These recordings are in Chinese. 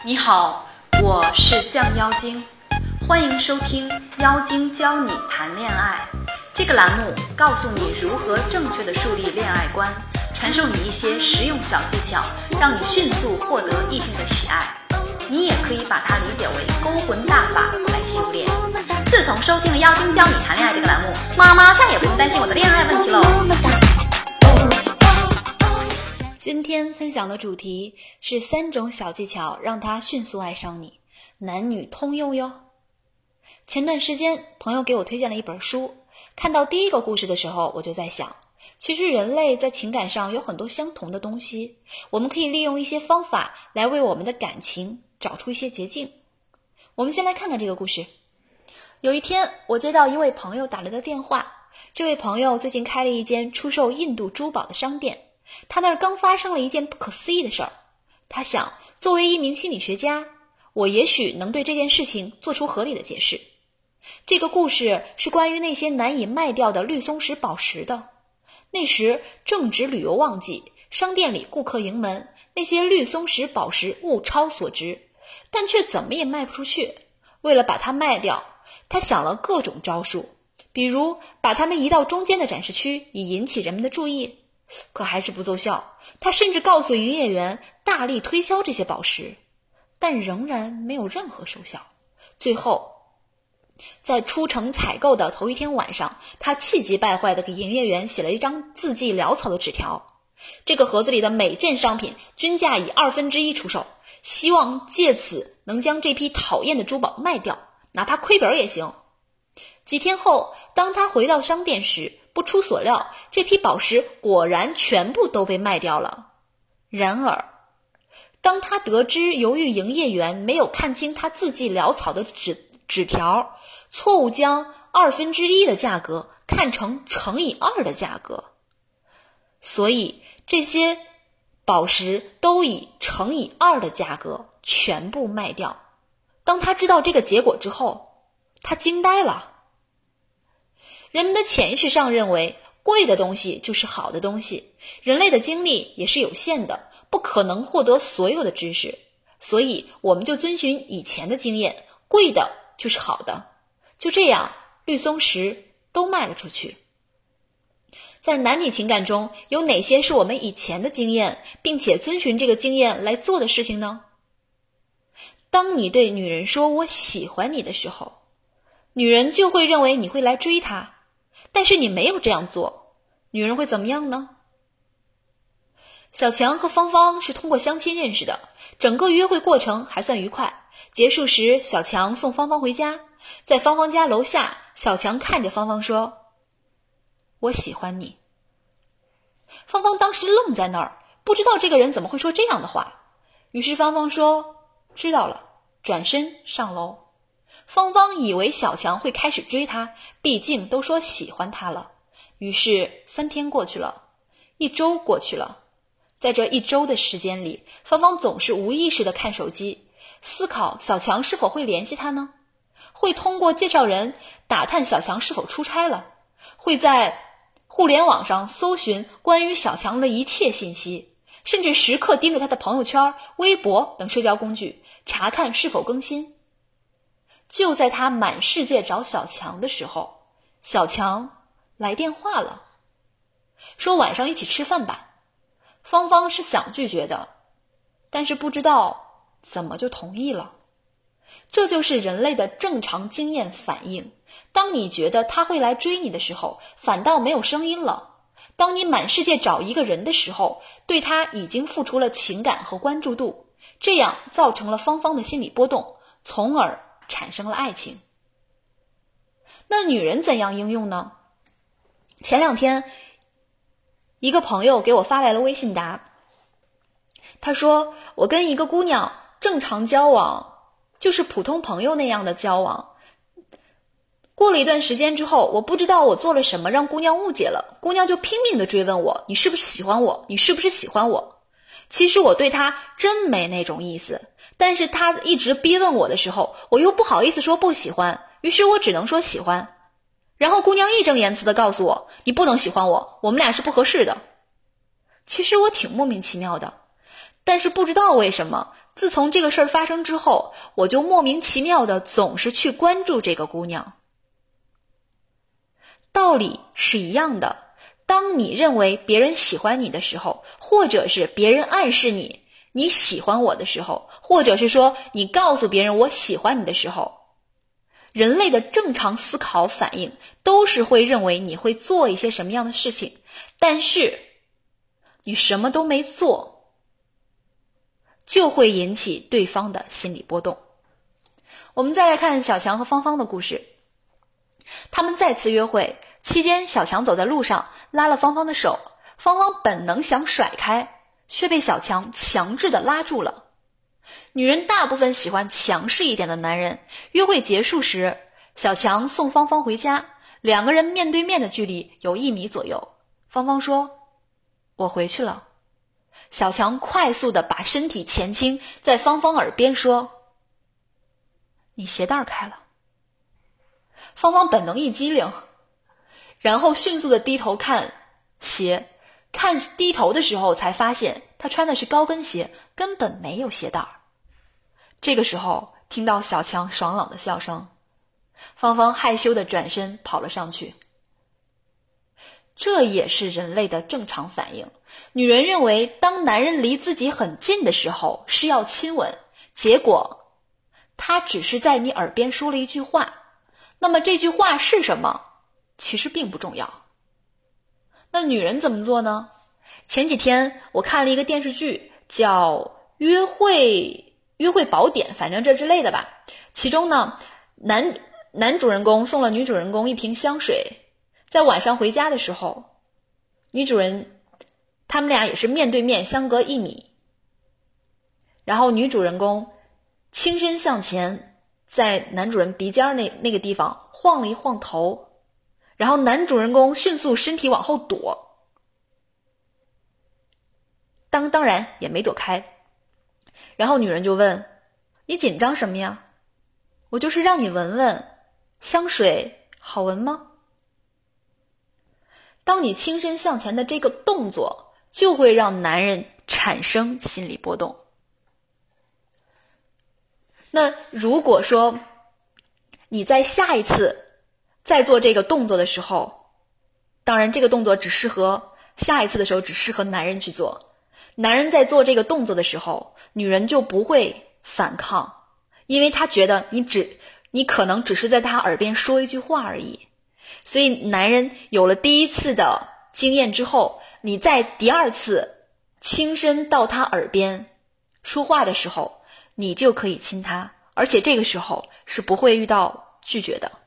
你好，我是酱妖精，欢迎收听妖精教你谈恋爱。这个栏目告诉你如何正确的树立恋爱观，传授你一些实用小技巧，让你迅速获得异性的喜爱。你也可以把它理解为勾魂大法来修炼。自从收听了妖精教你谈恋爱这个栏目，妈妈再也不用担心我的恋爱问题喽。今天分享的主题是3种小技巧让他迅速爱上你，男女通用哟。前段时间朋友给我推荐了一本书，看到第一个故事的时候，我就在想，其实人类在情感上有很多相同的东西，我们可以利用一些方法来为我们的感情找出一些捷径。我们先来看看这个故事。有一天，我接到一位朋友打来的电话，这位朋友最近开了一间出售印度珠宝的商店，他那儿刚发生了一件不可思议的事儿。他想，作为一名心理学家，我也许能对这件事情做出合理的解释。这个故事是关于那些难以卖掉的绿松石宝石的。那时正值旅游旺季，商店里顾客盈门，那些绿松石宝石物超所值，但却怎么也卖不出去。为了把它卖掉，他想了各种招数，比如把它们移到中间的展示区，以引起人们的注意。可还是不奏效，他甚至告诉营业员大力推销这些宝石，但仍然没有任何收效。最后在出城采购的头一天晚上，他气急败坏地给营业员写了一张字迹潦草的纸条，这个盒子里的每件商品均价以1/2出售，希望借此能将这批讨厌的珠宝卖掉，哪怕亏本也行。几天后，当他回到商店时，不出所料，这批宝石果然全部都被卖掉了。然而，当他得知由于营业员没有看清他字迹潦草的纸条，错误将1/2的价格看成乘以2的价格，所以这些宝石都以乘以2的价格全部卖掉。当他知道这个结果之后，他惊呆了。人们的潜意识上认为贵的东西就是好的东西，人类的精力也是有限的，不可能获得所有的知识，所以我们就遵循以前的经验，贵的就是好的。就这样，绿松石都卖了出去。在男女情感中，有哪些是我们以前的经验，并且遵循这个经验来做的事情呢？当你对女人说我喜欢你的时候，女人就会认为你会来追她，但是你没有这样做，女人会怎么样呢？小强和芳芳是通过相亲认识的，整个约会过程还算愉快。结束时，小强送芳芳回家，在芳芳家楼下，小强看着芳芳说：“我喜欢你。”芳芳当时愣在那儿，不知道这个人怎么会说这样的话。于是芳芳说：“知道了。”转身上楼。芳芳以为小强会开始追她，毕竟都说喜欢她了。于是3天过去了，1周过去了。在这1周的时间里，芳芳总是无意识地看手机，思考小强是否会联系她呢？会通过介绍人打探小强是否出差了，会在互联网上搜寻关于小强的一切信息，甚至时刻盯着他的朋友圈、微博等社交工具，查看是否更新。就在他满世界找小强的时候，小强来电话了，说晚上一起吃饭吧。芳芳是想拒绝的，但是不知道怎么就同意了。这就是人类的正常经验反应。当你觉得他会来追你的时候，反倒没有声音了。当你满世界找一个人的时候，对他已经付出了情感和关注度，这样造成了芳芳的心理波动，从而产生了爱情。那女人怎样应用呢？前2天，一个朋友给我发来了微信答，他说我跟一个姑娘正常交往，就是普通朋友那样的交往。过了一段时间之后，我不知道我做了什么让姑娘误解了，姑娘就拼命地追问我，你是不是喜欢我？你是不是喜欢我？其实我对她真没那种意思，但是她一直逼问我的时候，我又不好意思说不喜欢，于是我只能说喜欢。然后姑娘义正言辞地告诉我，你不能喜欢我，我们俩是不合适的。其实我挺莫名其妙的， 但是不知道为什么，自从这个事儿发生之后，我就莫名其妙的总是去关注这个姑娘。道理是一样的，当你认为别人喜欢你的时候，或者是别人暗示你喜欢我的时候，或者是说你告诉别人我喜欢你的时候，人类的正常思考反应都是会认为你会做一些什么样的事情，但是你什么都没做，就会引起对方的心理波动。我们再来看小强和芳芳的故事。他们再次约会期间，小强走在路上拉了芳芳的手，芳芳本能想甩开，却被小强强制的拉住了。女人大部分喜欢强势一点的男人。约会结束时，小强送芳芳回家，两个人面对面的距离有1米左右。芳芳说：“我回去了。”小强快速的把身体前倾，在芳芳耳边说：“你鞋带开了。”芳芳本能一激灵，然后迅速的低头看鞋，低头的时候才发现他穿的是高跟鞋，根本没有鞋带。这个时候听到小强爽朗的笑声，芳芳害羞的转身跑了上去。这也是人类的正常反应。女人认为当男人离自己很近的时候是要亲吻，结果他只是在你耳边说了一句话，那么这句话是什么其实并不重要。那女人怎么做呢？前几天我看了一个电视剧叫约会宝典，反正这之类的吧。其中呢，男主人公送了女主人公一瓶香水，在晚上回家的时候，他们俩也是面对面相隔1米，然后女主人公轻身向前，在男主人鼻尖那个地方晃了一晃头，然后男主人公迅速身体往后躲，当然也没躲开。然后女人就问：“你紧张什么呀？我就是让你闻闻，香水好闻吗？”当你轻身向前的这个动作，就会让男人产生心理波动。那如果说你在下一次再做这个动作的时候，当然这个动作下一次的时候只适合男人去做，男人在做这个动作的时候，女人就不会反抗，因为他觉得你可能只是在他耳边说一句话而已。所以男人有了第一次的经验之后，你在第二次轻身到他耳边说话的时候，你就可以亲他，而且这个时候是不会遇到拒绝的。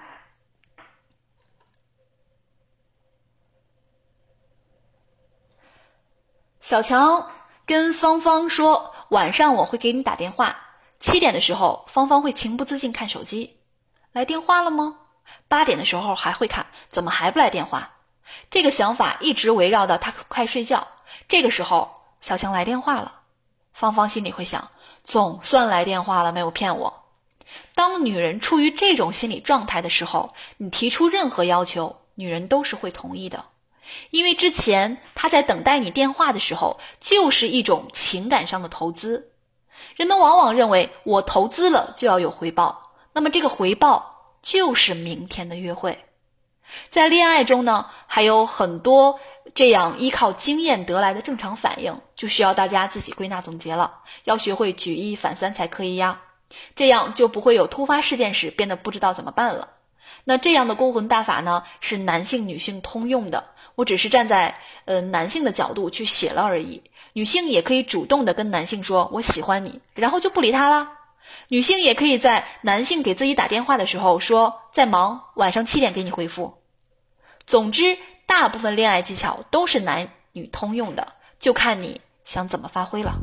小强跟芳芳说，晚上我会给你打电话，7点的时候芳芳会情不自禁看手机，来电话了吗？8点的时候还会看，怎么还不来电话？这个想法一直围绕到他快睡觉。这个时候小强来电话了，芳芳心里会想，总算来电话了，没有骗我。当女人处于这种心理状态的时候，你提出任何要求，女人都是会同意的。因为之前她在等待你电话的时候，就是一种情感上的投资。人们往往认为我投资了就要有回报，那么这个回报就是明天的约会。在恋爱中呢，还有很多这样依靠经验得来的正常反应，就需要大家自己归纳总结了，要学会举一反三才可以呀，这样就不会有突发事件时变得不知道怎么办了。那这样的勾魂大法呢，是男性女性通用的，我只是站在男性的角度去写了而已。女性也可以主动的跟男性说我喜欢你，然后就不理他啦。女性也可以在男性给自己打电话的时候说在忙，晚上7点给你回复。总之大部分恋爱技巧都是男女通用的，就看你想怎么发挥了。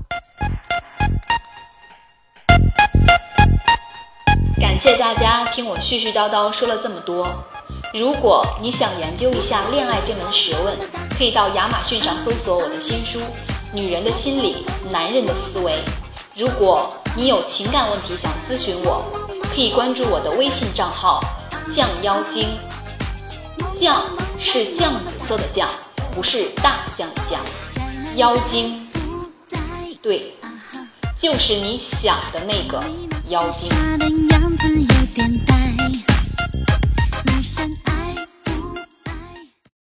感谢大家听我絮絮叨叨说了这么多。如果你想研究一下恋爱这门学问，可以到亚马逊上搜索我的新书《女人的心理，男人的思维》。如果你有情感问题想咨询我，可以关注我的微信账号酱妖精。酱是酱紫色的酱，不是大酱的酱。妖精， 对，就是你想的那个妖精。